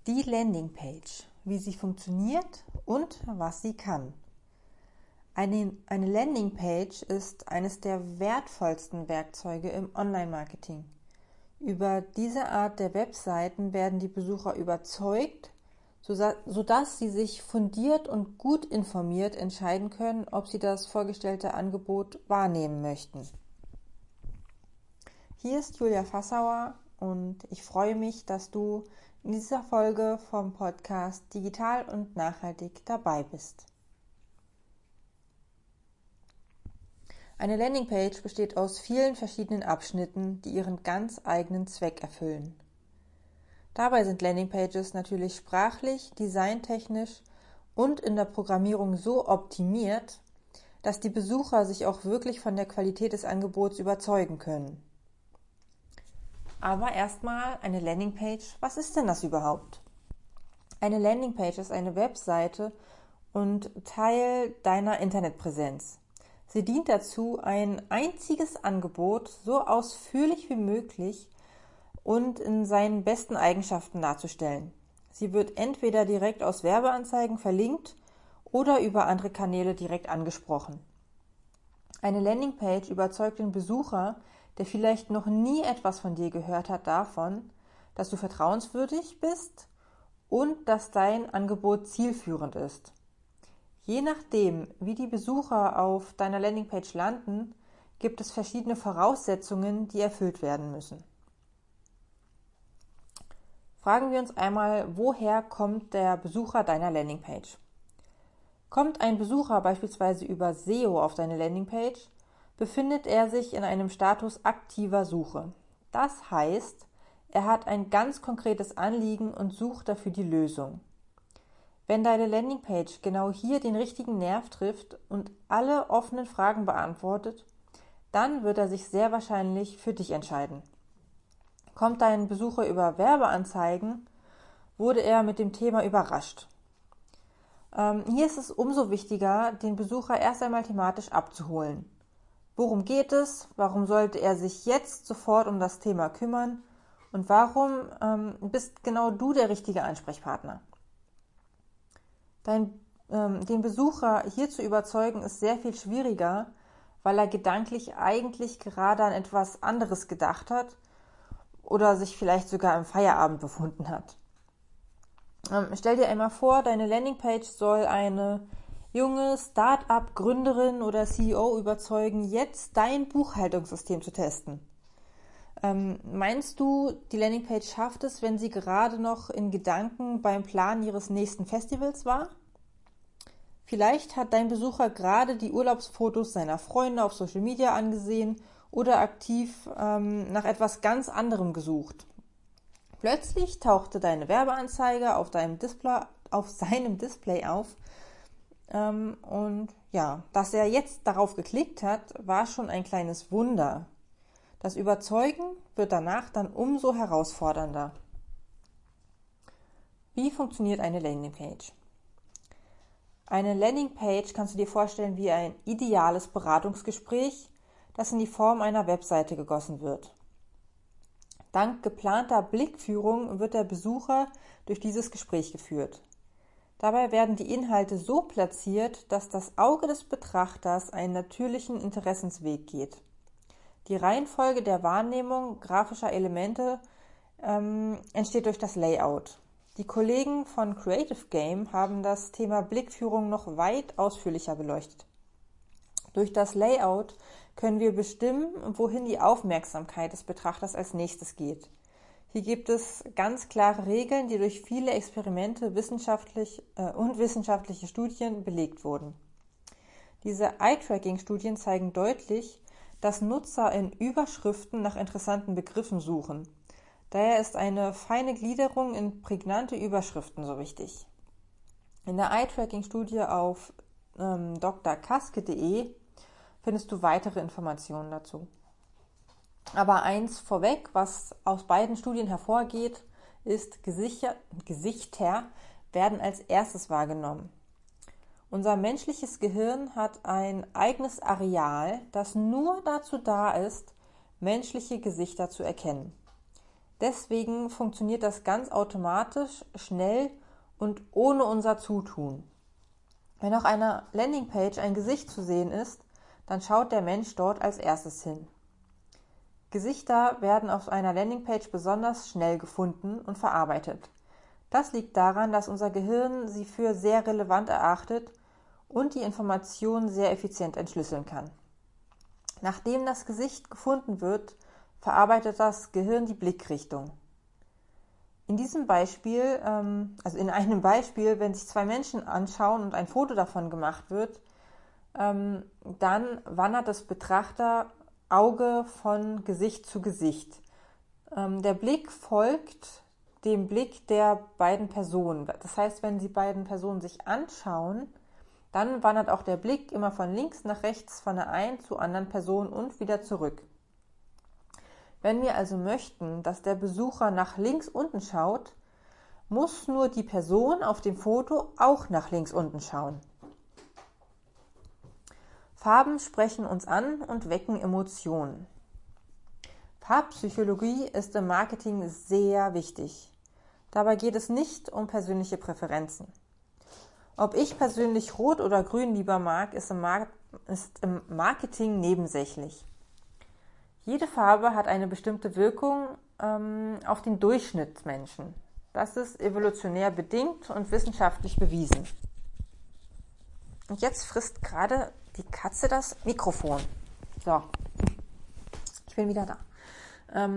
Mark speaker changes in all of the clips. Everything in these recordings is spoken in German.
Speaker 1: Die Landingpage, wie sie funktioniert und was sie kann. Eine Landingpage ist eines der wertvollsten Werkzeuge im Online-Marketing. Über diese Art der Webseiten werden die Besucher überzeugt, sodass sie sich fundiert und gut informiert entscheiden können, ob sie das vorgestellte Angebot wahrnehmen möchten. Hier ist Julia Fassauer und ich freue mich, dass du in dieser Folge vom Podcast Digital und Nachhaltig dabei bist. Eine Landingpage besteht aus vielen verschiedenen Abschnitten, die ihren ganz eigenen Zweck erfüllen. Dabei sind Landingpages natürlich sprachlich, designtechnisch und in der Programmierung so optimiert, dass die Besucher sich auch wirklich von der Qualität des Angebots überzeugen können. Aber erstmal eine Landingpage. Was ist denn das überhaupt? Eine Landingpage ist eine Webseite und Teil deiner Internetpräsenz. Sie dient dazu, ein einziges Angebot so ausführlich wie möglich und in seinen besten Eigenschaften darzustellen. Sie wird entweder direkt aus Werbeanzeigen verlinkt oder über andere Kanäle direkt angesprochen. Eine Landingpage überzeugt den Besucher, der vielleicht noch nie etwas von dir gehört hat, davon, dass du vertrauenswürdig bist und dass dein Angebot zielführend ist. Je nachdem, wie die Besucher auf deiner Landingpage landen, gibt es verschiedene Voraussetzungen, die erfüllt werden müssen. Fragen wir uns einmal, woher kommt der Besucher deiner Landingpage? Kommt ein Besucher beispielsweise über SEO auf deine Landingpage, befindet er sich in einem Status aktiver Suche. Das heißt, er hat ein ganz konkretes Anliegen und sucht dafür die Lösung. Wenn deine Landingpage genau hier den richtigen Nerv trifft und alle offenen Fragen beantwortet, dann wird er sich sehr wahrscheinlich für dich entscheiden. Kommt dein Besucher über Werbeanzeigen, wurde er mit dem Thema überrascht. Hier ist es umso wichtiger, den Besucher erst einmal thematisch abzuholen. Worum geht es? Warum sollte er sich jetzt sofort um das Thema kümmern? Und warum bist genau du der richtige Ansprechpartner? Den Besucher hier zu überzeugen ist sehr viel schwieriger, weil er gedanklich eigentlich gerade an etwas anderes gedacht hat oder sich vielleicht sogar im Feierabend befunden hat. Stell dir einmal vor, deine Landingpage soll eine junge Start-up-Gründerin oder CEO überzeugen, jetzt dein Buchhaltungssystem zu testen. Meinst du, die Landingpage schafft es, wenn sie gerade noch in Gedanken beim Plan ihres nächsten Festivals war? Vielleicht hat dein Besucher gerade die Urlaubsfotos seiner Freunde auf Social Media angesehen oder aktiv nach etwas ganz anderem gesucht. Plötzlich tauchte deine Werbeanzeige auf seinem Display auf. Und ja, dass er jetzt darauf geklickt hat, war schon ein kleines Wunder. Das Überzeugen wird danach dann umso herausfordernder. Wie funktioniert eine Landingpage? Eine Landingpage kannst du dir vorstellen wie ein ideales Beratungsgespräch, das in die Form einer Webseite gegossen wird. Dank geplanter Blickführung wird der Besucher durch dieses Gespräch geführt. Dabei werden die Inhalte so platziert, dass das Auge des Betrachters einen natürlichen Interessensweg geht. Die Reihenfolge der Wahrnehmung grafischer Elemente entsteht durch das Layout. Die Kollegen von Creative Game haben das Thema Blickführung noch weit ausführlicher beleuchtet. Durch das Layout können wir bestimmen, wohin die Aufmerksamkeit des Betrachters als nächstes geht. Hier gibt es ganz klare Regeln, die durch viele Experimente und wissenschaftliche Studien belegt wurden. Diese Eye-Tracking-Studien zeigen deutlich, dass Nutzer in Überschriften nach interessanten Begriffen suchen. Daher ist eine feine Gliederung in prägnante Überschriften so wichtig. In der Eye-Tracking-Studie auf drkaske.de findest du weitere Informationen dazu. Aber eins vorweg, was aus beiden Studien hervorgeht, ist, Gesichter werden als erstes wahrgenommen. Unser menschliches Gehirn hat ein eigenes Areal, das nur dazu da ist, menschliche Gesichter zu erkennen. Deswegen funktioniert das ganz automatisch, schnell und ohne unser Zutun. Wenn auf einer Landingpage ein Gesicht zu sehen ist, dann schaut der Mensch dort als erstes hin. Gesichter werden auf einer Landingpage besonders schnell gefunden und verarbeitet. Das liegt daran, dass unser Gehirn sie für sehr relevant erachtet und die Informationen sehr effizient entschlüsseln kann. Nachdem das Gesicht gefunden wird, verarbeitet das Gehirn die Blickrichtung. In diesem Beispiel, in einem Beispiel, wenn sich zwei Menschen anschauen und ein Foto davon gemacht wird, dann wandert das Betrachterauge von Gesicht zu Gesicht. Der Blick folgt dem Blick der beiden Personen. Das heißt, wenn die beiden Personen sich anschauen, dann wandert auch der Blick immer von links nach rechts von der einen zur anderen Person und wieder zurück. Wenn wir also möchten, dass der Besucher nach links unten schaut, muss nur die Person auf dem Foto auch nach links unten schauen. Farben sprechen uns an und wecken Emotionen. Farbpsychologie ist im Marketing sehr wichtig. Dabei geht es nicht um persönliche Präferenzen. Ob ich persönlich Rot oder Grün lieber mag, ist im Marketing nebensächlich. Jede Farbe hat eine bestimmte Wirkung auf den Durchschnittsmenschen. Das ist evolutionär bedingt und wissenschaftlich bewiesen. Und jetzt frisst gerade die Katze das Mikrofon. So, ich bin wieder da.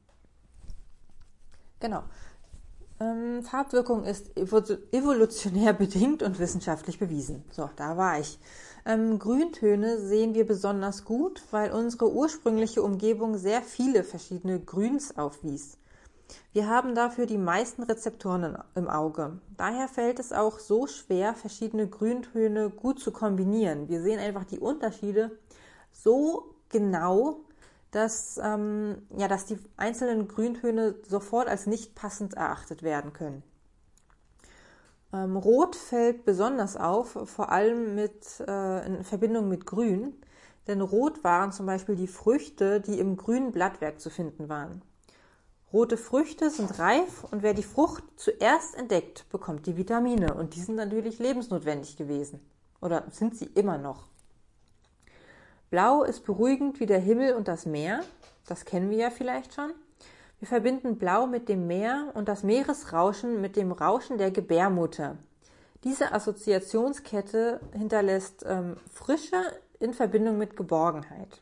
Speaker 1: Genau. Farbwirkung ist evolutionär bedingt und wissenschaftlich bewiesen. So, da war ich. Grüntöne sehen wir besonders gut, weil unsere ursprüngliche Umgebung sehr viele verschiedene Grüns aufwies. Wir haben dafür die meisten Rezeptoren im Auge. Daher fällt es auch so schwer, verschiedene Grüntöne gut zu kombinieren. Wir sehen einfach die Unterschiede so genau, dass die einzelnen Grüntöne sofort als nicht passend erachtet werden können. Rot fällt besonders auf, vor allem in Verbindung mit Grün, denn rot waren zum Beispiel die Früchte, die im grünen Blattwerk zu finden waren. Rote Früchte sind reif und wer die Frucht zuerst entdeckt, bekommt die Vitamine und die sind natürlich lebensnotwendig gewesen oder sind sie immer noch. Blau ist beruhigend wie der Himmel und das Meer, das kennen wir ja vielleicht schon. Wir verbinden Blau mit dem Meer und das Meeresrauschen mit dem Rauschen der Gebärmutter. Diese Assoziationskette hinterlässt Frische in Verbindung mit Geborgenheit.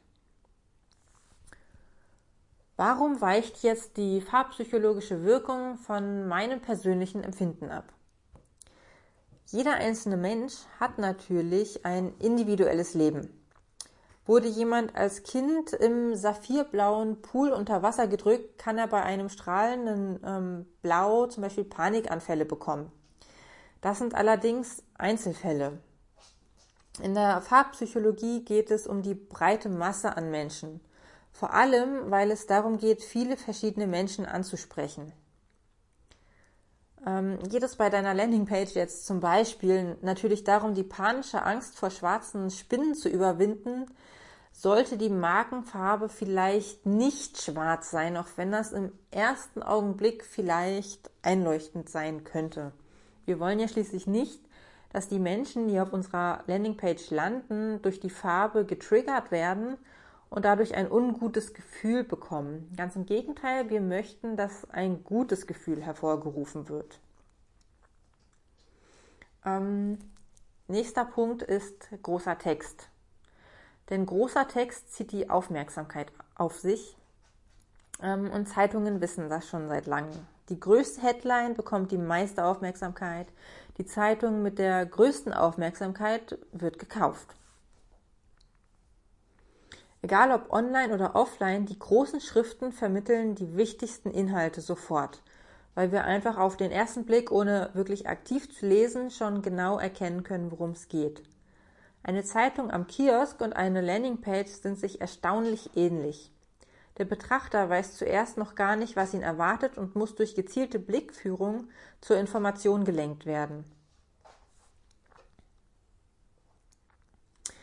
Speaker 1: Warum weicht jetzt die farbpsychologische Wirkung von meinem persönlichen Empfinden ab? Jeder einzelne Mensch hat natürlich ein individuelles Leben. Wurde jemand als Kind im saphirblauen Pool unter Wasser gedrückt, kann er bei einem strahlenden Blau zum Beispiel Panikanfälle bekommen. Das sind allerdings Einzelfälle. In der Farbpsychologie geht es um die breite Masse an Menschen. Vor allem, weil es darum geht, viele verschiedene Menschen anzusprechen. Geht es bei deiner Landingpage jetzt zum Beispiel natürlich darum, die panische Angst vor schwarzen Spinnen zu überwinden, sollte die Markenfarbe vielleicht nicht schwarz sein, auch wenn das im ersten Augenblick vielleicht einleuchtend sein könnte. Wir wollen ja schließlich nicht, dass die Menschen, die auf unserer Landingpage landen, durch die Farbe getriggert werden und dadurch ein ungutes Gefühl bekommen. Ganz im Gegenteil, wir möchten, dass ein gutes Gefühl hervorgerufen wird. Nächster Punkt ist großer Text. Denn großer Text zieht die Aufmerksamkeit auf sich und Zeitungen wissen das schon seit langem. Die größte Headline bekommt die meiste Aufmerksamkeit. Die Zeitung mit der größten Aufmerksamkeit wird gekauft. Egal ob online oder offline, die großen Schriften vermitteln die wichtigsten Inhalte sofort, weil wir einfach auf den ersten Blick, ohne wirklich aktiv zu lesen, schon genau erkennen können, worum es geht. Eine Zeitung am Kiosk und eine Landingpage sind sich erstaunlich ähnlich. Der Betrachter weiß zuerst noch gar nicht, was ihn erwartet und muss durch gezielte Blickführung zur Information gelenkt werden.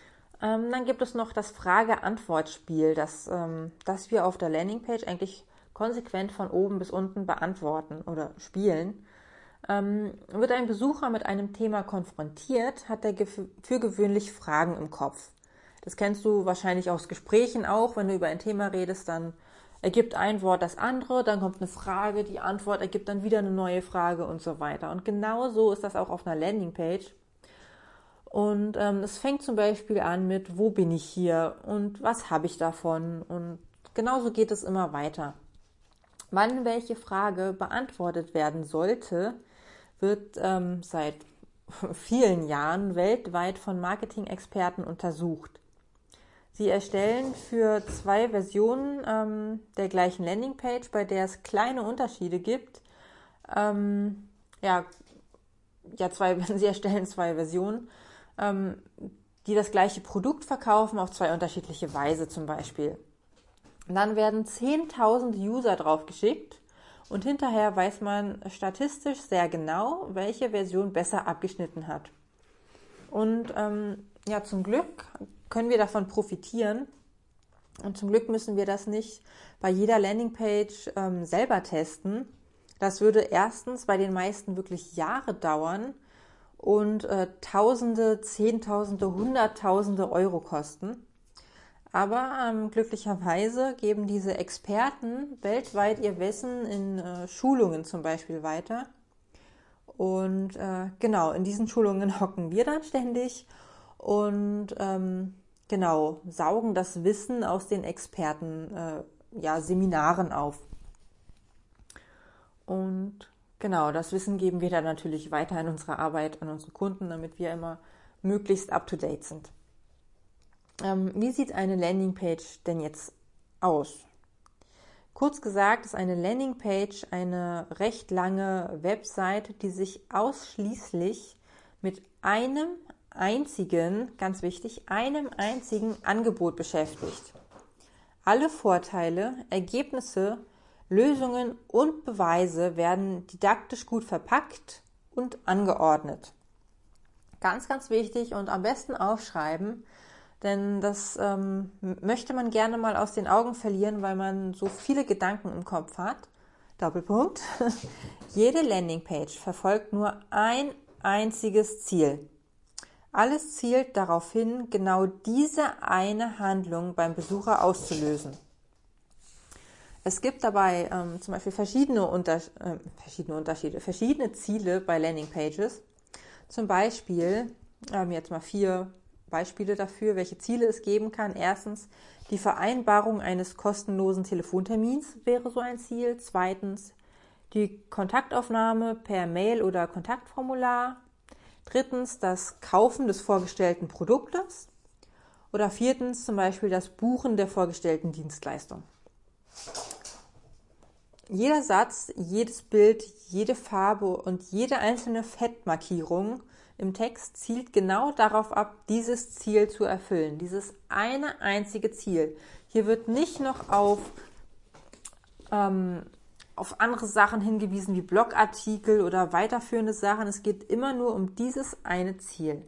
Speaker 1: Dann gibt es noch das Frage-Antwort-Spiel, das wir auf der Landingpage eigentlich konsequent von oben bis unten beantworten oder spielen. Wird ein Besucher mit einem Thema konfrontiert, hat er für gewöhnlich Fragen im Kopf. Das kennst du wahrscheinlich aus Gesprächen auch, wenn du über ein Thema redest, dann ergibt ein Wort das andere, dann kommt eine Frage, die Antwort ergibt dann wieder eine neue Frage und so weiter. Und genau so ist das auch auf einer Landingpage. Und es fängt zum Beispiel an mit, wo bin ich hier und was habe ich davon? Und genauso geht es immer weiter. Wann welche Frage beantwortet werden sollte, wird seit vielen Jahren weltweit von Marketing-Experten untersucht. Sie erstellen für 2 Versionen der gleichen Landingpage, bei der es kleine Unterschiede gibt. Sie erstellen 2 Versionen, die das gleiche Produkt verkaufen, auf 2 unterschiedliche Weise zum Beispiel. Und dann werden 10.000 User drauf geschickt und hinterher weiß man statistisch sehr genau, welche Version besser abgeschnitten hat. Und zum Glück können wir davon profitieren und zum Glück müssen wir das nicht bei jeder Landingpage selber testen. Das würde erstens bei den meisten wirklich Jahre dauern und Tausende, Zehntausende, Hunderttausende Euro kosten. Aber glücklicherweise geben diese Experten weltweit ihr Wissen in Schulungen zum Beispiel weiter. Und in diesen Schulungen hocken wir dann ständig und saugen das Wissen aus den Experten Seminaren auf. Und das Wissen geben wir dann natürlich weiter in unserer Arbeit an unsere Kunden, damit wir immer möglichst up-to-date sind. Wie sieht eine Landingpage denn jetzt aus? Kurz gesagt ist eine Landingpage eine recht lange Website, die sich ausschließlich mit einem einzigen, ganz wichtig, einem einzigen Angebot beschäftigt. Alle Vorteile, Ergebnisse, Lösungen und Beweise werden didaktisch gut verpackt und angeordnet. Ganz, ganz wichtig und am besten aufschreiben, denn das möchte man gerne mal aus den Augen verlieren, weil man so viele Gedanken im Kopf hat. Doppelpunkt. Jede Landingpage verfolgt nur ein einziges Ziel. Alles zielt darauf hin, genau diese eine Handlung beim Besucher auszulösen. Es gibt dabei zum Beispiel verschiedene Ziele bei Landingpages. Zum Beispiel, jetzt mal 4 Beispiele dafür, welche Ziele es geben kann. Erstens, die Vereinbarung eines kostenlosen Telefontermins wäre so ein Ziel. Zweitens, die Kontaktaufnahme per Mail oder Kontaktformular. Drittens, das Kaufen des vorgestellten Produktes. Oder 4. zum Beispiel das Buchen der vorgestellten Dienstleistung. Jeder Satz, jedes Bild, jede Farbe und jede einzelne Fettmarkierung im Text zielt genau darauf ab, dieses Ziel zu erfüllen. Dieses eine einzige Ziel. Hier wird nicht noch auf andere Sachen hingewiesen wie Blogartikel oder weiterführende Sachen. Es geht immer nur um dieses eine Ziel.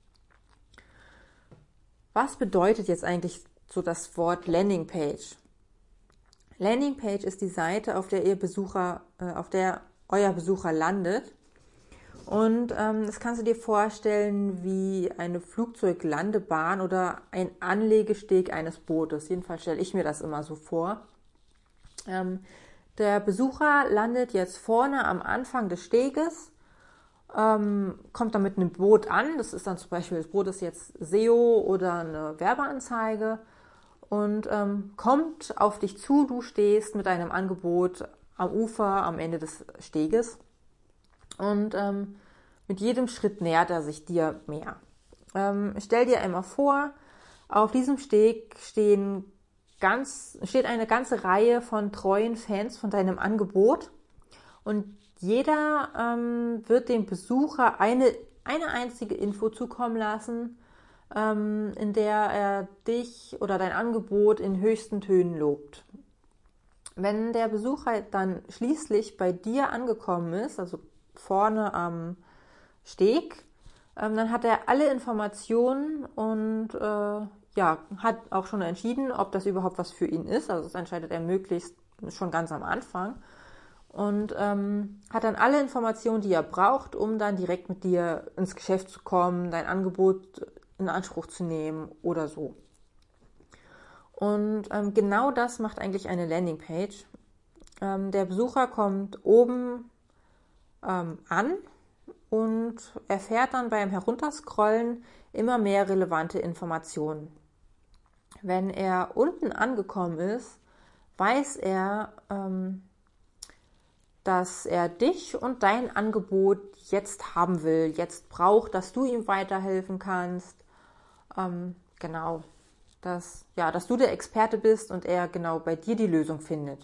Speaker 1: Was bedeutet jetzt eigentlich so das Wort Landingpage? Landingpage ist die Seite, auf der euer Besucher landet. Und das kannst du dir vorstellen wie eine Flugzeuglandebahn oder ein Anlegesteg eines Bootes. Jedenfalls stelle ich mir das immer so vor. Der Besucher landet jetzt vorne am Anfang des Steges, kommt dann mit einem Boot an. Das ist dann zum Beispiel, das Boot ist jetzt SEO oder eine Werbeanzeige und kommt auf dich zu. Du stehst mit deinem Angebot am Ufer, am Ende des Steges. Und mit jedem Schritt nähert er sich dir mehr. Stell dir einmal vor, auf diesem Steg steht eine ganze Reihe von treuen Fans von deinem Angebot und jeder wird dem Besucher eine einzige Info zukommen lassen, in der er dich oder dein Angebot in höchsten Tönen lobt. Wenn der Besucher dann schließlich bei dir angekommen ist, also vorne am Steg, dann hat er alle Informationen und hat auch schon entschieden, ob das überhaupt was für ihn ist. Also das entscheidet er möglichst schon ganz am Anfang. Und hat dann alle Informationen, die er braucht, um dann direkt mit dir ins Geschäft zu kommen, dein Angebot in Anspruch zu nehmen oder so. Und genau das macht eigentlich eine Landingpage. Der Besucher kommt oben an und erfährt dann beim Herunterscrollen immer mehr relevante Informationen. Wenn er unten angekommen ist, weiß er, dass er dich und dein Angebot jetzt haben will, jetzt braucht, dass du ihm weiterhelfen kannst. Genau, dass du der Experte bist und er genau bei dir die Lösung findet.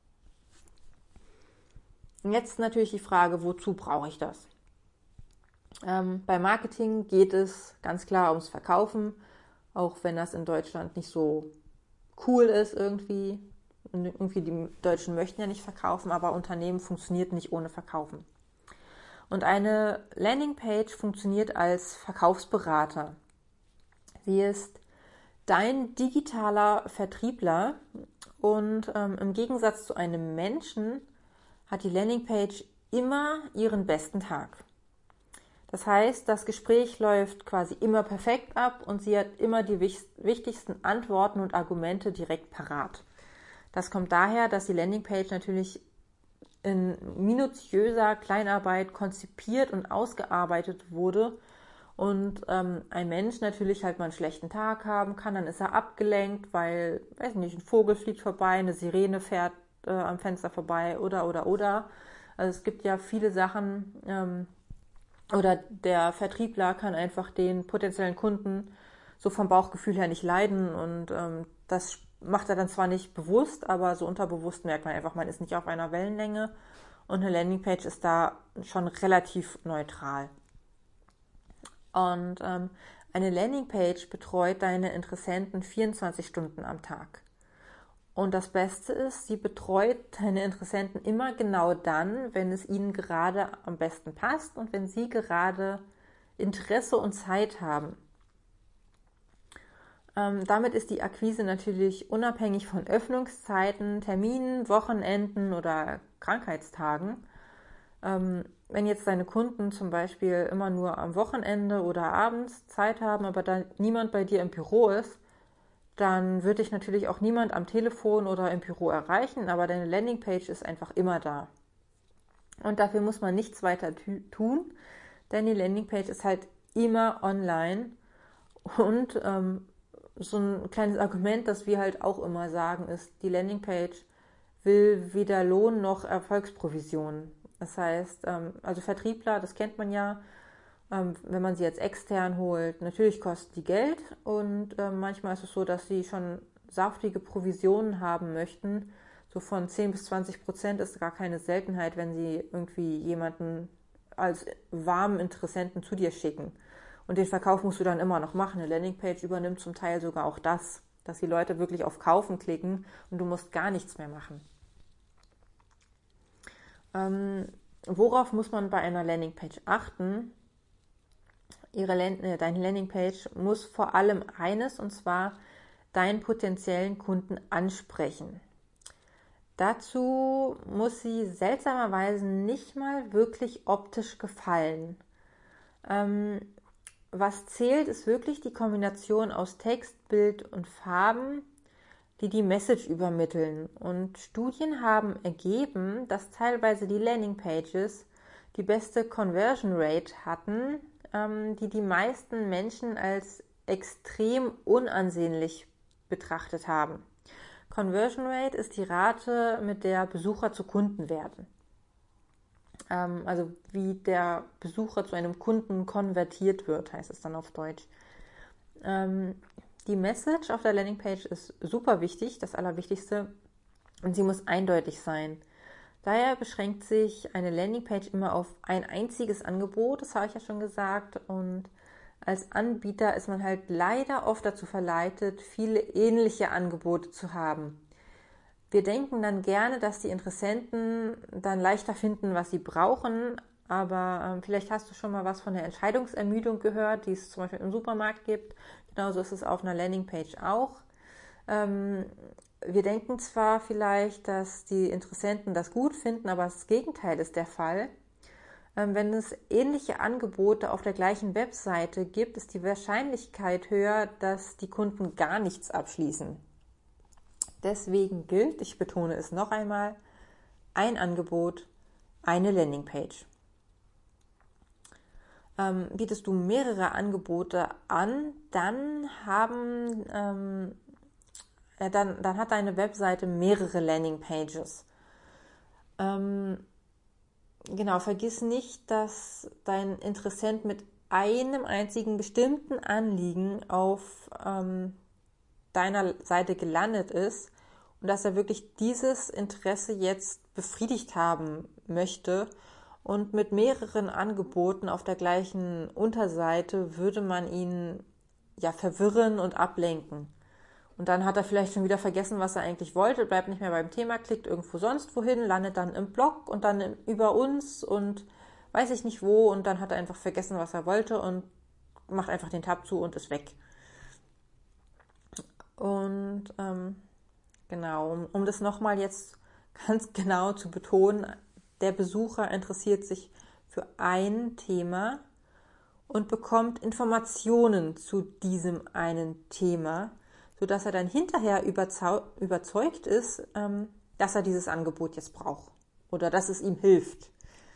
Speaker 1: Und jetzt natürlich die Frage, wozu brauche ich das? Bei Marketing geht es ganz klar ums Verkaufen, auch wenn das in Deutschland nicht so cool ist irgendwie. Und irgendwie die Deutschen möchten ja nicht verkaufen, aber Unternehmen funktioniert nicht ohne Verkaufen. Und eine Landingpage funktioniert als Verkaufsberater. Sie ist dein digitaler Vertriebler und im Gegensatz zu einem Menschen hat die Landingpage immer ihren besten Tag. Das heißt, das Gespräch läuft quasi immer perfekt ab und sie hat immer die wichtigsten Antworten und Argumente direkt parat. Das kommt daher, dass die Landingpage natürlich in minutiöser Kleinarbeit konzipiert und ausgearbeitet wurde und ein Mensch natürlich halt mal einen schlechten Tag haben kann, dann ist er abgelenkt, weil, weiß nicht, ein Vogel fliegt vorbei, eine Sirene fährt am Fenster vorbei oder. Also es gibt ja viele Sachen, oder der Vertriebler kann einfach den potenziellen Kunden so vom Bauchgefühl her nicht leiden und das macht er dann zwar nicht bewusst, aber so unterbewusst merkt man einfach, man ist nicht auf einer Wellenlänge und eine Landingpage ist da schon relativ neutral. Und eine Landingpage betreut deine Interessenten 24 Stunden am Tag. Und das Beste ist, sie betreut deine Interessenten immer genau dann, wenn es ihnen gerade am besten passt und wenn sie gerade Interesse und Zeit haben. Damit ist die Akquise natürlich unabhängig von Öffnungszeiten, Terminen, Wochenenden oder Krankheitstagen. Wenn jetzt deine Kunden zum Beispiel immer nur am Wochenende oder abends Zeit haben, aber da niemand bei dir im Büro ist, dann wird dich natürlich auch niemand am Telefon oder im Büro erreichen, aber deine Landingpage ist einfach immer da. Und dafür muss man nichts weiter tun, denn die Landingpage ist halt immer online. Und so ein kleines Argument, das wir halt auch immer sagen, ist, die Landingpage will weder Lohn noch Erfolgsprovision. Das heißt, also Vertriebler, das kennt man ja, wenn man sie jetzt extern holt, natürlich kosten die Geld und manchmal ist es so, dass sie schon saftige Provisionen haben möchten. So von 10-20% ist gar keine Seltenheit, wenn sie irgendwie jemanden als warmen Interessenten zu dir schicken. Und den Verkauf musst du dann immer noch machen. Eine Landingpage übernimmt zum Teil sogar auch das, dass die Leute wirklich auf Kaufen klicken und du musst gar nichts mehr machen. Worauf muss man bei einer Landingpage achten? Deine Landingpage muss vor allem eines, und zwar deinen potenziellen Kunden ansprechen. Dazu muss sie seltsamerweise nicht mal wirklich optisch gefallen. Was zählt, ist wirklich die Kombination aus Text, Bild und Farben, die die Message übermitteln. Und Studien haben ergeben, dass teilweise die Landingpages die beste Conversion Rate hatten, die meisten Menschen als extrem unansehnlich betrachtet haben. Conversion Rate ist die Rate, mit der Besucher zu Kunden werden. Also wie der Besucher zu einem Kunden konvertiert wird, heißt es dann auf Deutsch. Die Message auf der Landingpage ist super wichtig, das Allerwichtigste, und sie muss eindeutig sein. Daher beschränkt sich eine Landingpage immer auf ein einziges Angebot, das habe ich ja schon gesagt, und als Anbieter ist man halt leider oft dazu verleitet, viele ähnliche Angebote zu haben. Wir denken dann gerne, dass die Interessenten dann leichter finden, was sie brauchen, aber vielleicht hast du schon mal was von der Entscheidungsermüdung gehört, die es zum Beispiel im Supermarkt gibt. Genauso ist es auf einer Landingpage auch. wir denken zwar vielleicht, dass die Interessenten das gut finden, aber das Gegenteil ist der Fall. Wenn es ähnliche Angebote auf der gleichen Webseite gibt, ist die Wahrscheinlichkeit höher, dass die Kunden gar nichts abschließen. Deswegen gilt, ich betone es noch einmal, ein Angebot, eine Landingpage. Bietest du mehrere Angebote an, dann hat deine Webseite mehrere Landingpages. Genau, vergiss nicht, dass dein Interessent mit einem einzigen bestimmten Anliegen auf deiner Seite gelandet ist und dass er wirklich dieses Interesse jetzt befriedigt haben möchte. Und mit mehreren Angeboten auf der gleichen Unterseite würde man ihn ja verwirren und ablenken. Und dann hat er vielleicht schon wieder vergessen, was er eigentlich wollte, bleibt nicht mehr beim Thema, klickt irgendwo sonst wohin, landet dann im Blog und dann über uns und weiß ich nicht wo und dann hat er einfach vergessen, was er wollte und macht einfach den Tab zu und ist weg. Und genau, um das nochmal jetzt ganz genau zu betonen, der Besucher interessiert sich für ein Thema und bekommt Informationen zu diesem einen Thema, sodass er dann hinterher überzeugt ist, dass er dieses Angebot jetzt braucht oder dass es ihm hilft.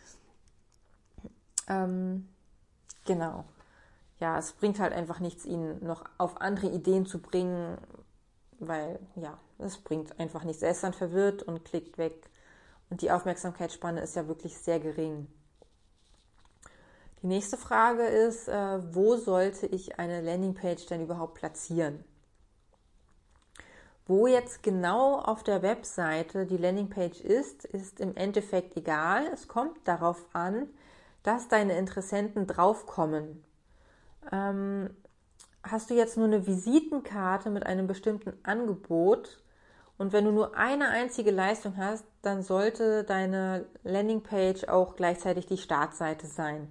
Speaker 1: Genau. Ja, es bringt halt einfach nichts, ihn noch auf andere Ideen zu bringen, weil, ja, es bringt einfach nichts. Er ist dann verwirrt und klickt weg. Und die Aufmerksamkeitsspanne ist ja wirklich sehr gering. Die nächste Frage ist, wo sollte ich eine Landingpage denn überhaupt platzieren? Wo jetzt genau auf der Webseite die Landingpage ist im Endeffekt egal. Es kommt darauf an, dass deine Interessenten draufkommen. Hast du jetzt nur eine Visitenkarte mit einem bestimmten Angebot und wenn du nur eine einzige Leistung hast, dann sollte deine Landingpage auch gleichzeitig die Startseite sein.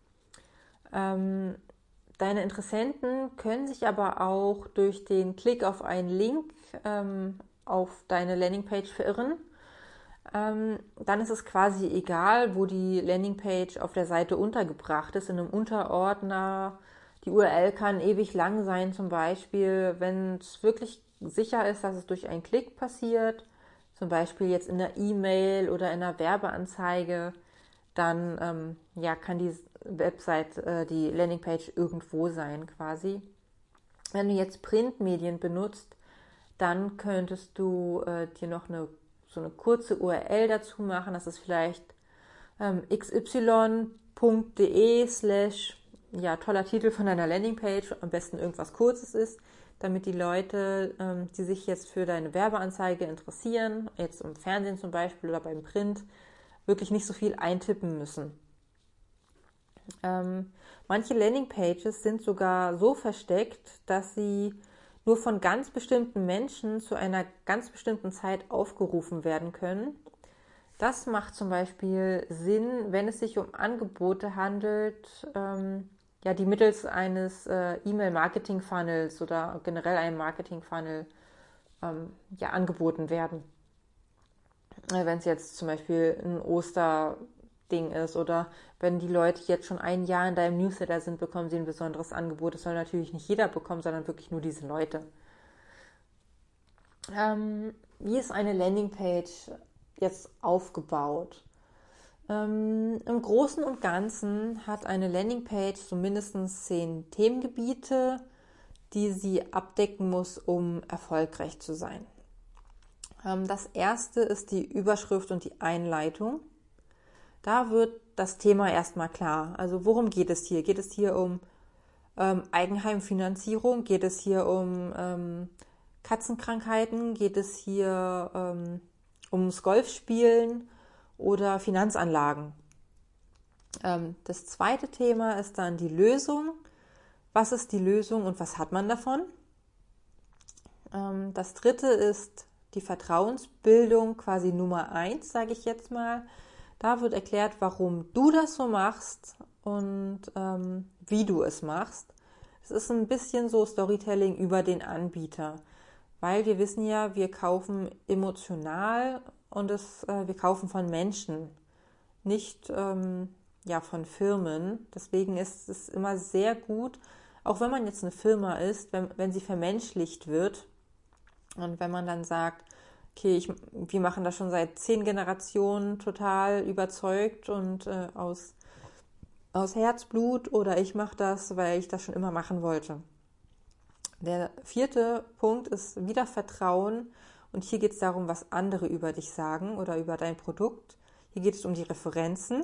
Speaker 1: Deine Interessenten können sich aber auch durch den Klick auf einen Link auf deine Landingpage verirren. Dann ist es quasi egal, wo die Landingpage auf der Seite untergebracht ist, in einem Unterordner. Die URL kann ewig lang sein zum Beispiel, wenn es wirklich sicher ist, dass es durch einen Klick passiert, zum Beispiel jetzt in der E-Mail oder in einer Werbeanzeige, dann kann die Website, die Landingpage irgendwo sein quasi. Wenn du jetzt Printmedien benutzt, dann könntest du dir noch so eine kurze URL dazu machen. Das ist vielleicht xy.de/ toller Titel von deiner Landingpage, am besten irgendwas Kurzes ist, damit die Leute, die sich jetzt für deine Werbeanzeige interessieren, jetzt im Fernsehen zum Beispiel oder beim Print, wirklich nicht so viel eintippen müssen. Manche Landingpages sind sogar so versteckt, dass sie nur von ganz bestimmten Menschen zu einer ganz bestimmten Zeit aufgerufen werden können. Das macht zum Beispiel Sinn, wenn es sich um Angebote handelt, die mittels eines E-Mail-Marketing-Funnels oder generell einem Marketing-Funnel angeboten werden. Wenn es jetzt zum Beispiel ein Osterding ist oder wenn die Leute jetzt schon ein Jahr in deinem Newsletter sind, bekommen sie ein besonderes Angebot. Das soll natürlich nicht jeder bekommen, sondern wirklich nur diese Leute. Wie ist eine Landingpage jetzt aufgebaut? Im Großen und Ganzen hat eine Landingpage so mindestens 10 Themengebiete, die sie abdecken muss, um erfolgreich zu sein. Das erste ist die Überschrift und die Einleitung. Da wird das Thema erstmal klar. Also worum geht es hier? Geht es hier um Eigenheimfinanzierung? Geht es hier um Katzenkrankheiten? Geht es hier ums Golfspielen oder Finanzanlagen? Das zweite Thema ist dann die Lösung. Was ist die Lösung und was hat man davon? Das dritte ist die Vertrauensbildung, quasi Nummer 1, sage ich jetzt mal. Da wird erklärt, warum du das so machst und wie du es machst. Es ist ein bisschen so Storytelling über den Anbieter. Weil wir wissen ja, wir kaufen emotional und wir kaufen von Menschen, nicht von Firmen. Deswegen ist es immer sehr gut, auch wenn man jetzt eine Firma ist, wenn sie vermenschlicht wird und wenn man dann sagt, okay, wir machen das schon seit 10 Generationen total überzeugt und aus Herzblut, oder ich mache das, weil ich das schon immer machen wollte. Der 4. Punkt ist wieder Vertrauen, und hier geht es darum, was andere über dich sagen oder über dein Produkt. Hier geht es um die Referenzen.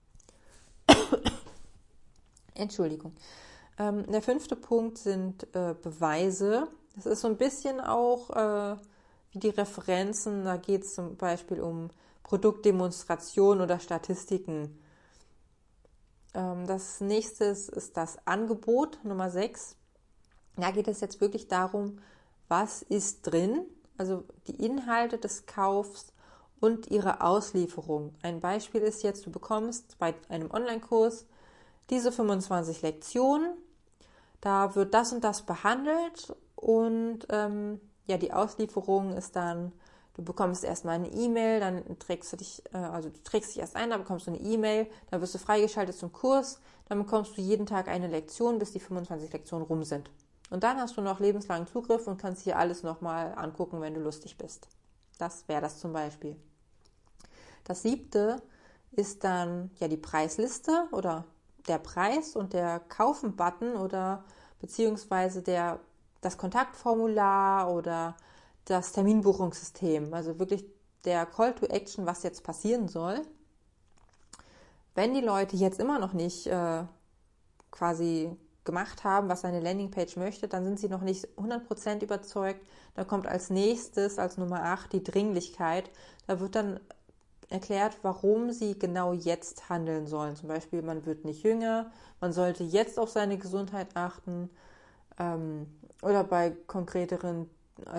Speaker 1: Entschuldigung. Der 5. Punkt sind Beweise. Das ist so ein bisschen auch wie die Referenzen. Da geht es zum Beispiel um Produktdemonstration oder Statistiken. Das nächste ist das Angebot, Nummer 6. Da geht es jetzt wirklich darum, was ist drin, also die Inhalte des Kaufs und ihre Auslieferung. Ein Beispiel ist jetzt, du bekommst bei einem Online-Kurs diese 25 Lektionen, da wird das und das behandelt, und die Auslieferung ist dann, du bekommst erstmal eine E-Mail, dann trägst du dich erst ein, dann bekommst du eine E-Mail, dann wirst du freigeschaltet zum Kurs, dann bekommst du jeden Tag eine Lektion, bis die 25 Lektionen rum sind. Und dann hast du noch lebenslangen Zugriff und kannst hier alles nochmal angucken, wenn du lustig bist. Das wäre das zum Beispiel. Das 7. ist dann die Preisliste oder der Preis und der Kaufen-Button oder beziehungsweise das Kontaktformular oder das Terminbuchungssystem. Also wirklich der Call to Action, was jetzt passieren soll. Wenn die Leute jetzt immer noch nicht quasi gemacht haben, was eine Landingpage möchte, dann sind sie noch nicht 100% überzeugt. Dann kommt als nächstes, als Nummer 8, die Dringlichkeit. Da wird dann erklärt, warum sie genau jetzt handeln sollen. Zum Beispiel, man wird nicht jünger, man sollte jetzt auf seine Gesundheit achten, oder bei konkreteren,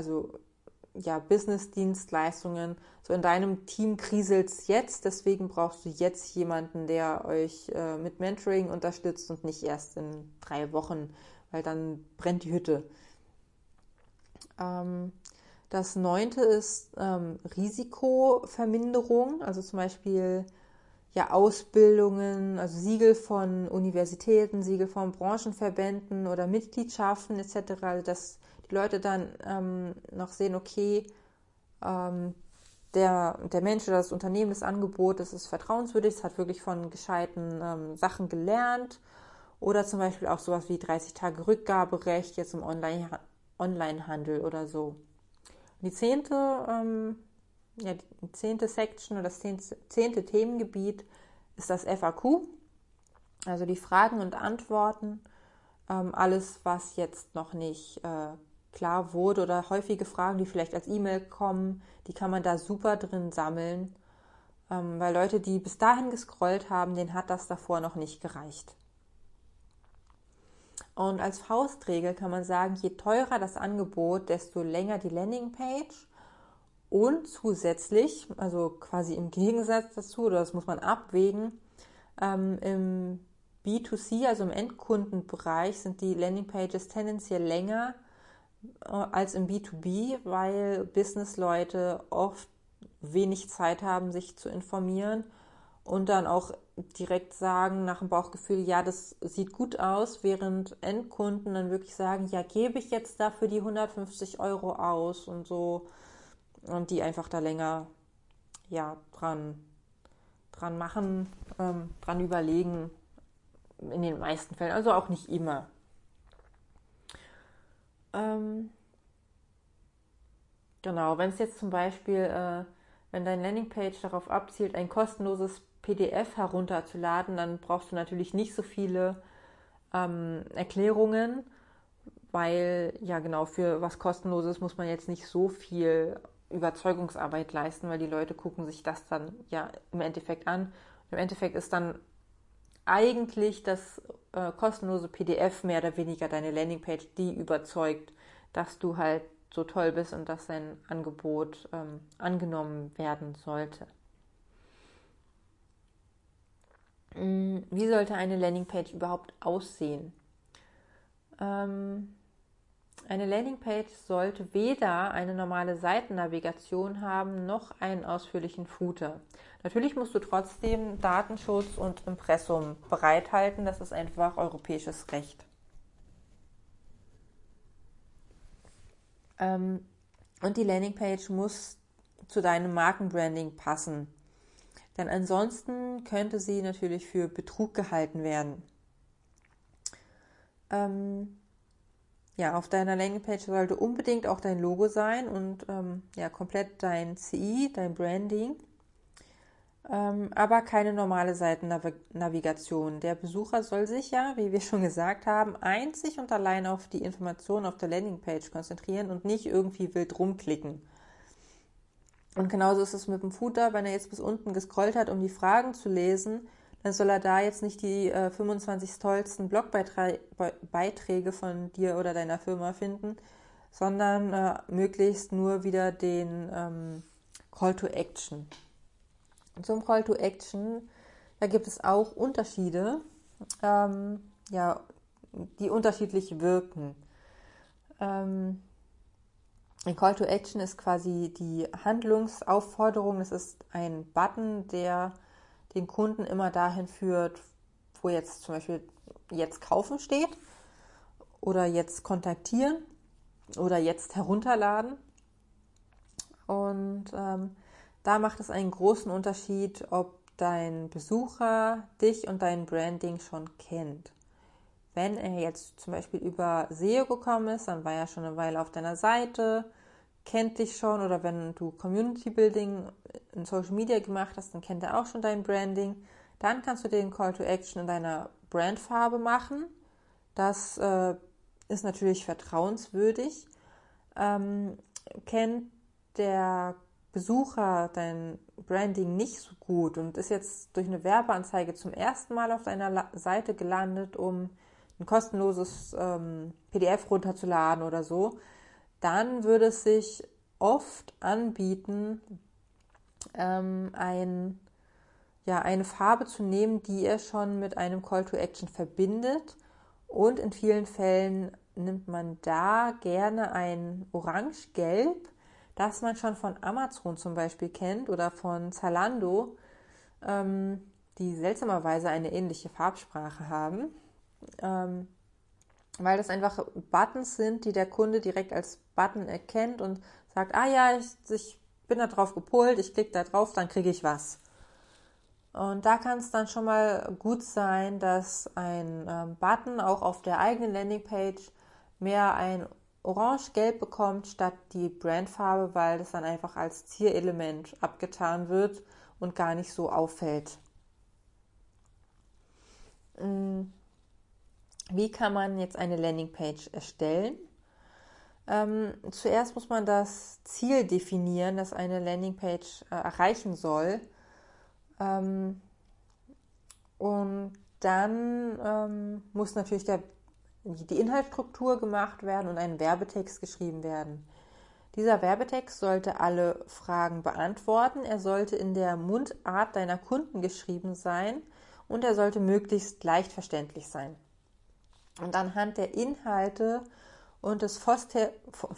Speaker 1: Business-Dienstleistungen. So in deinem Team kriselt es jetzt, deswegen brauchst du jetzt jemanden, der euch mit Mentoring unterstützt und nicht erst in 3 Wochen, weil dann brennt die Hütte. Das 9. ist Risikoverminderung, also zum Beispiel Ausbildungen, also Siegel von Universitäten, Siegel von Branchenverbänden oder Mitgliedschaften etc., also dass die Leute dann noch sehen, okay, der Mensch oder das Unternehmen, das Angebot, das ist vertrauenswürdig, es hat wirklich von gescheiten Sachen gelernt, oder zum Beispiel auch sowas wie 30 Tage Rückgaberecht jetzt im Onlinehandel oder so. Und die 10. Die 10. Section oder das 10. Themengebiet ist das FAQ, also die Fragen und Antworten, alles, was jetzt noch nicht klar wurde oder häufige Fragen, die vielleicht als E-Mail kommen, die kann man da super drin sammeln, weil Leute, die bis dahin gescrollt haben, denen hat das davor noch nicht gereicht. Und als Faustregel kann man sagen, je teurer das Angebot, desto länger die Landingpage. Und zusätzlich, also quasi im Gegensatz dazu, oder das muss man abwägen, im B2C, also im Endkundenbereich, sind die Landingpages tendenziell länger als im B2B, weil Businessleute oft wenig Zeit haben, sich zu informieren und dann auch direkt sagen nach dem Bauchgefühl, ja, das sieht gut aus, während Endkunden dann wirklich sagen, ja, gebe ich jetzt dafür die 150 Euro aus und so. Und die einfach da länger dran machen, dran überlegen, in den meisten Fällen, also auch nicht immer. Genau, wenn es jetzt zum Beispiel, wenn deine Landingpage darauf abzielt, ein kostenloses PDF herunterzuladen, dann brauchst du natürlich nicht so viele Erklärungen, weil für was Kostenloses muss man jetzt nicht so viel Überzeugungsarbeit leisten, weil die Leute gucken sich das dann im Endeffekt an. Im Endeffekt ist dann eigentlich das kostenlose PDF mehr oder weniger deine Landingpage, die überzeugt, dass du halt so toll bist und dass dein Angebot angenommen werden sollte. Wie sollte eine Landingpage überhaupt aussehen? Eine Landingpage sollte weder eine normale Seitennavigation haben, noch einen ausführlichen Footer. Natürlich musst du trotzdem Datenschutz und Impressum bereithalten, das ist einfach europäisches Recht. Und die Landingpage muss zu deinem Markenbranding passen. Denn ansonsten könnte sie natürlich für Betrug gehalten werden. Auf deiner Landingpage sollte unbedingt auch dein Logo sein und komplett dein CI, dein Branding. Aber keine normale Seitennavigation. Der Besucher soll sich ja, wie wir schon gesagt haben, einzig und allein auf die Informationen auf der Landingpage konzentrieren und nicht irgendwie wild rumklicken. Und genauso ist es mit dem Footer, wenn er jetzt bis unten gescrollt hat, um die Fragen zu lesen, dann soll er da jetzt nicht die 25 tollsten Blogbeiträge von dir oder deiner Firma finden, sondern möglichst nur wieder den Call to Action. Zum Call to Action, da gibt es auch Unterschiede, die unterschiedlich wirken. Ein Call to Action ist quasi die Handlungsaufforderung. Das ist ein Button, der den Kunden immer dahin führt, wo jetzt zum Beispiel jetzt kaufen steht oder jetzt kontaktieren oder jetzt herunterladen. Und da macht es einen großen Unterschied, ob dein Besucher dich und dein Branding schon kennt. Wenn er jetzt zum Beispiel über SEO gekommen ist, dann war er schon eine Weile auf deiner Seite, kennt dich schon, oder wenn du Community Building in Social Media gemacht hast, dann kennt er auch schon dein Branding. Dann kannst du den Call to Action in deiner Brandfarbe machen. Das ist natürlich vertrauenswürdig. Kennt der Besucher dein Branding nicht so gut und ist jetzt durch eine Werbeanzeige zum ersten Mal auf deiner Seite gelandet, um ein kostenloses PDF runterzuladen oder so, dann würde es sich oft anbieten, eine Farbe zu nehmen, die er schon mit einem Call to Action verbindet. Und in vielen Fällen nimmt man da gerne ein Orange-Gelb, das man schon von Amazon zum Beispiel kennt oder von Zalando, die seltsamerweise eine ähnliche Farbsprache haben, weil das einfach Buttons sind, die der Kunde direkt als Button erkennt und sagt, ich bin da drauf gepolt, ich klicke da drauf, dann kriege ich was. Und da kann es dann schon mal gut sein, dass ein Button auch auf der eigenen Landingpage mehr ein Orange-Gelb bekommt statt die Brandfarbe, weil das dann einfach als Zierelement abgetan wird und gar nicht so auffällt. Wie kann man jetzt eine Landingpage erstellen? Zuerst muss man das Ziel definieren, das eine Landingpage erreichen soll. Und dann muss natürlich die Inhaltsstruktur gemacht werden und ein Werbetext geschrieben werden. Dieser Werbetext sollte alle Fragen beantworten. Er sollte in der Mundart deiner Kunden geschrieben sein und er sollte möglichst leicht verständlich sein. Und anhand der Inhalte und des vorher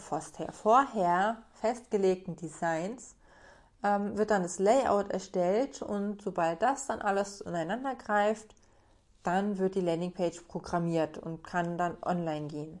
Speaker 1: festgelegten Designs wird dann das Layout erstellt und sobald das dann alles ineinander greift, dann wird die Landingpage programmiert und kann dann online gehen.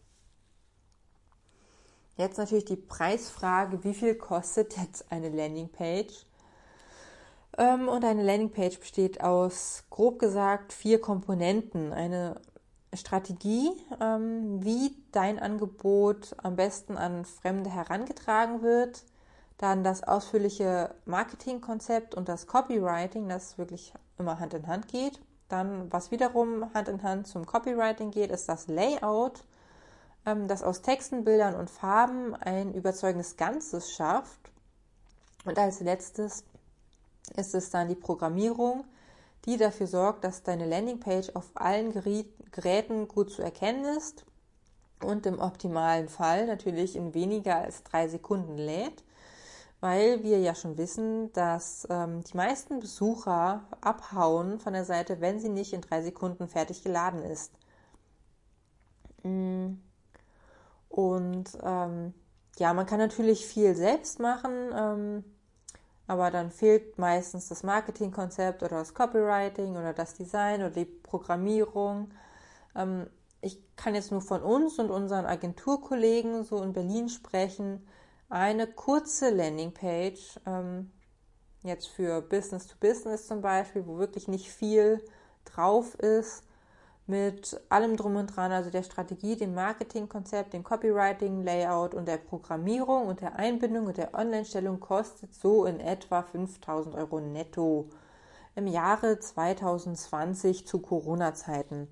Speaker 1: Jetzt natürlich die Preisfrage, wie viel kostet jetzt eine Landingpage? Und eine Landingpage besteht aus, grob gesagt, 4 Komponenten. Eine Strategie, wie dein Angebot am besten an Fremde herangetragen wird. Dann das ausführliche Marketingkonzept und das Copywriting, das wirklich immer Hand in Hand geht. Dann, was wiederum Hand in Hand zum Copywriting geht, ist das Layout, das aus Texten, Bildern und Farben ein überzeugendes Ganzes schafft. Und als letztes ist es dann die Programmierung, die dafür sorgt, dass deine Landingpage auf allen Geräten gut zu erkennen ist und im optimalen Fall natürlich in weniger als 3 Sekunden lädt, weil wir ja schon wissen, dass die meisten Besucher abhauen von der Seite, wenn sie nicht in 3 Sekunden fertig geladen ist. Und ja, man kann natürlich viel selbst machen, aber dann fehlt meistens das Marketingkonzept oder das Copywriting oder das Design oder die Programmierung. Ich kann jetzt nur von uns und unseren Agenturkollegen so in Berlin sprechen. Eine kurze Landingpage, jetzt für Business to Business zum Beispiel, wo wirklich nicht viel drauf ist, mit allem drum und dran, also der Strategie, dem Marketingkonzept, dem Copywriting, Layout und der Programmierung und der Einbindung und der Online-Stellung kostet so in etwa 5.000 Euro netto im Jahre 2020 zu Corona-Zeiten.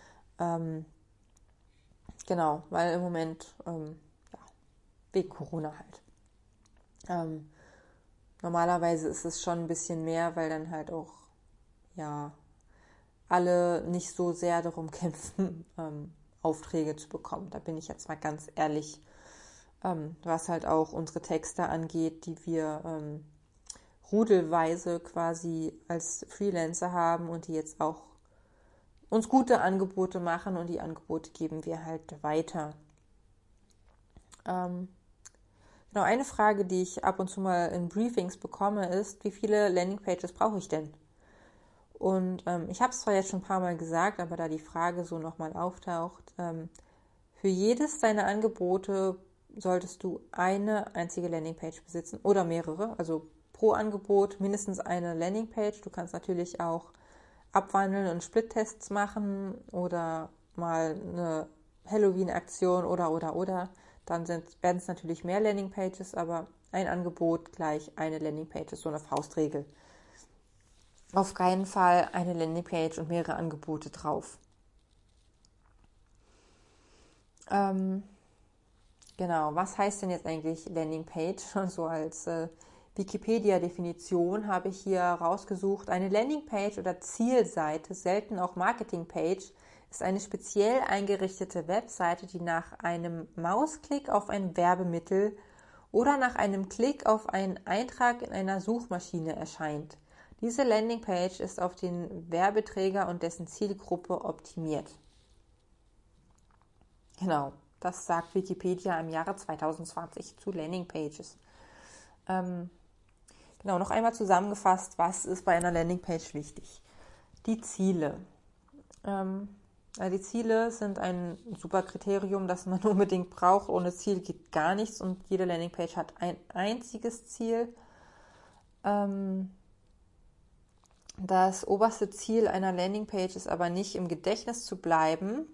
Speaker 1: Genau, weil im Moment, ja, wegen Corona halt. Normalerweise ist es schon ein bisschen mehr, weil dann halt auch, ja, alle nicht so sehr darum kämpfen, Aufträge zu bekommen. Da bin ich jetzt mal ganz ehrlich, was halt auch unsere Texte angeht, die wir rudelweise quasi als Freelancer haben und die jetzt auch uns gute Angebote machen und die Angebote geben wir halt weiter. Genau, eine Frage, die ich ab und zu mal in Briefings bekomme, ist, wie viele Landingpages brauche ich denn? Und ich habe es zwar jetzt schon ein paar Mal gesagt, aber da die Frage so nochmal auftaucht, für jedes deiner Angebote solltest du eine einzige Landingpage besitzen oder mehrere, also pro Angebot mindestens eine Landingpage. Du kannst natürlich auch abwandeln und Split-Tests machen oder mal eine Halloween-Aktion oder. Dann werden es natürlich mehr Landingpages, aber ein Angebot gleich eine Landingpage ist so eine Faustregel. Auf keinen Fall eine Landingpage und mehrere Angebote drauf. Genau, was heißt denn jetzt eigentlich Landingpage? So als Wikipedia-Definition habe ich hier rausgesucht, eine Landingpage oder Zielseite, selten auch Marketingpage, ist eine speziell eingerichtete Webseite, die nach einem Mausklick auf ein Werbemittel oder nach einem Klick auf einen Eintrag in einer Suchmaschine erscheint. Diese Landingpage ist auf den Werbeträger und dessen Zielgruppe optimiert. Genau, das sagt Wikipedia im Jahre 2020 zu Landingpages. Genau, noch einmal zusammengefasst, was ist bei einer Landingpage wichtig? Die Ziele. Die Ziele sind ein super Kriterium, das man unbedingt braucht. Ohne Ziel geht gar nichts und jede Landingpage hat ein einziges Ziel. Das oberste Ziel einer Landingpage ist aber nicht im Gedächtnis zu bleiben,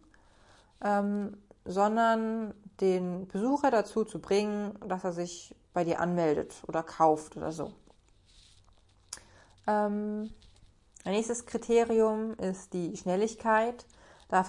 Speaker 1: sondern den Besucher dazu zu bringen, dass er sich bei dir anmeldet oder kauft oder so. Ein nächstes Kriterium ist die Schnelligkeit. Da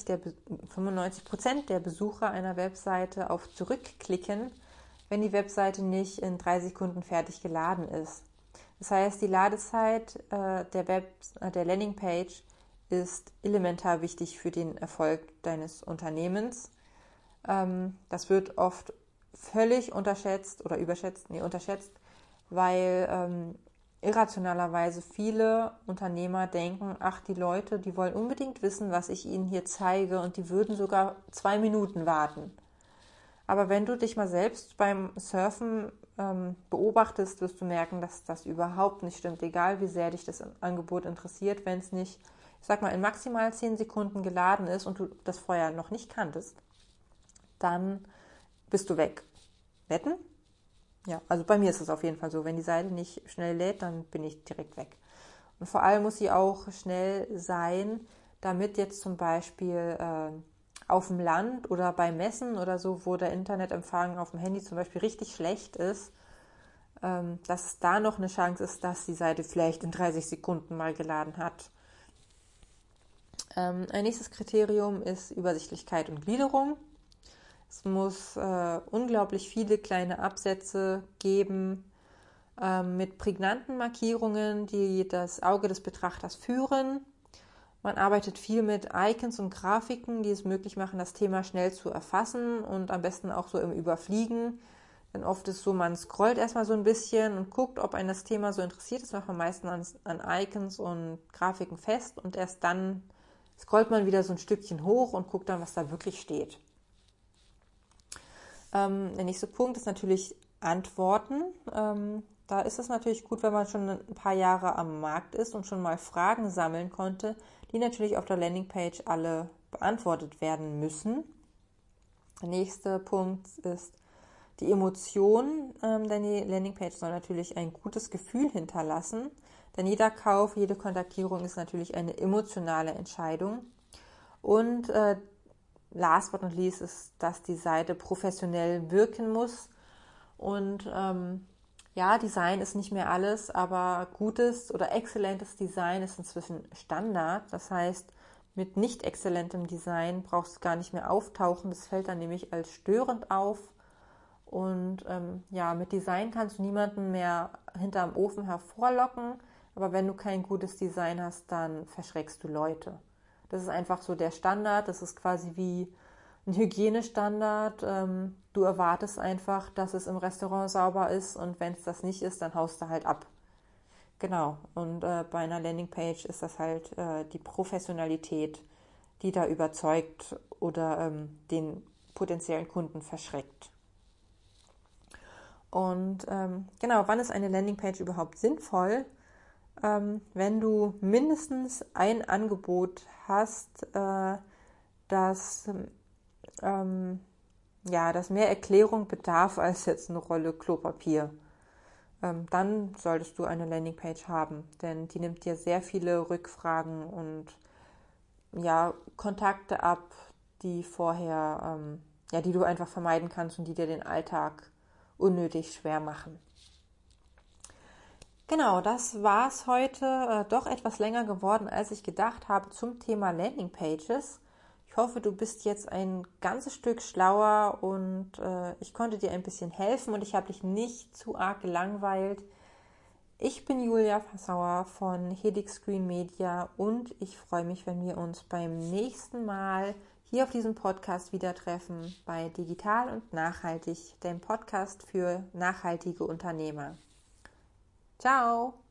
Speaker 1: 95% der Besucher einer Webseite auf Zurückklicken, wenn die Webseite nicht in 3 Sekunden fertig geladen ist. Das heißt, die Ladezeit der Landingpage ist elementar wichtig für den Erfolg deines Unternehmens. Das wird oft völlig unterschätzt, weil irrationalerweise viele Unternehmer denken, ach, die Leute, die wollen unbedingt wissen, was ich ihnen hier zeige und die würden sogar 2 Minuten warten. Aber wenn du dich mal selbst beim Surfen beobachtest, wirst du merken, dass das überhaupt nicht stimmt, egal wie sehr dich das Angebot interessiert, wenn es nicht, ich sag mal, in maximal 10 Sekunden geladen ist und du das vorher noch nicht kanntest, dann bist du weg. Wetten? Ja, also bei mir ist es auf jeden Fall so. Wenn die Seite nicht schnell lädt, dann bin ich direkt weg. Und vor allem muss sie auch schnell sein, damit jetzt zum Beispiel auf dem Land oder bei Messen oder so, wo der Internetempfang auf dem Handy zum Beispiel richtig schlecht ist, dass es da noch eine Chance ist, dass die Seite vielleicht in 30 Sekunden mal geladen hat. Ein nächstes Kriterium ist Übersichtlichkeit und Gliederung. Es muss unglaublich viele kleine Absätze geben mit prägnanten Markierungen, die das Auge des Betrachters führen. Man arbeitet viel mit Icons und Grafiken, die es möglich machen, das Thema schnell zu erfassen und am besten auch so im Überfliegen. Denn oft ist so, man scrollt erstmal so ein bisschen und guckt, ob einen das Thema so interessiert. Das macht man meistens an Icons und Grafiken fest und erst dann scrollt man wieder so ein Stückchen hoch und guckt dann, was da wirklich steht. Der nächste Punkt ist natürlich Antworten. Da ist es natürlich gut, wenn man schon ein paar Jahre am Markt ist und schon mal Fragen sammeln konnte, die natürlich auf der Landingpage alle beantwortet werden müssen. Der nächste Punkt ist die Emotion, denn die Landingpage soll natürlich ein gutes Gefühl hinterlassen, denn jeder Kauf, jede Kontaktierung ist natürlich eine emotionale Entscheidung. Und last but not least ist, dass die Seite professionell wirken muss. Und Design ist nicht mehr alles, aber gutes oder exzellentes Design ist inzwischen Standard. Das heißt, mit nicht exzellentem Design brauchst du gar nicht mehr auftauchen. Das fällt dann nämlich als störend auf. Und mit Design kannst du niemanden mehr hinterm Ofen hervorlocken. Aber wenn du kein gutes Design hast, dann verschreckst du Leute. Das ist einfach so der Standard. Das ist quasi wie ein Hygienestandard. Du erwartest einfach, dass es im Restaurant sauber ist. Und wenn es das nicht ist, dann haust du halt ab. Genau. Und bei einer Landingpage ist das halt die Professionalität, die da überzeugt oder den potenziellen Kunden verschreckt. Und wann ist eine Landingpage überhaupt sinnvoll? Wenn du mindestens ein Angebot hast, das mehr Erklärung bedarf als jetzt eine Rolle Klopapier, dann solltest du eine Landingpage haben, denn die nimmt dir sehr viele Rückfragen und Kontakte ab, die vorher, die du einfach vermeiden kannst und die dir den Alltag unnötig schwer machen. Genau, das war es heute. Doch etwas länger geworden, als ich gedacht habe zum Thema Landingpages. Ich hoffe, du bist jetzt ein ganzes Stück schlauer und ich konnte dir ein bisschen helfen und ich habe dich nicht zu arg gelangweilt. Ich bin Julia Passauer von Helix Screen Media und ich freue mich, wenn wir uns beim nächsten Mal hier auf diesem Podcast wieder treffen bei Digital und Nachhaltig, dem Podcast für nachhaltige Unternehmer. Ciao!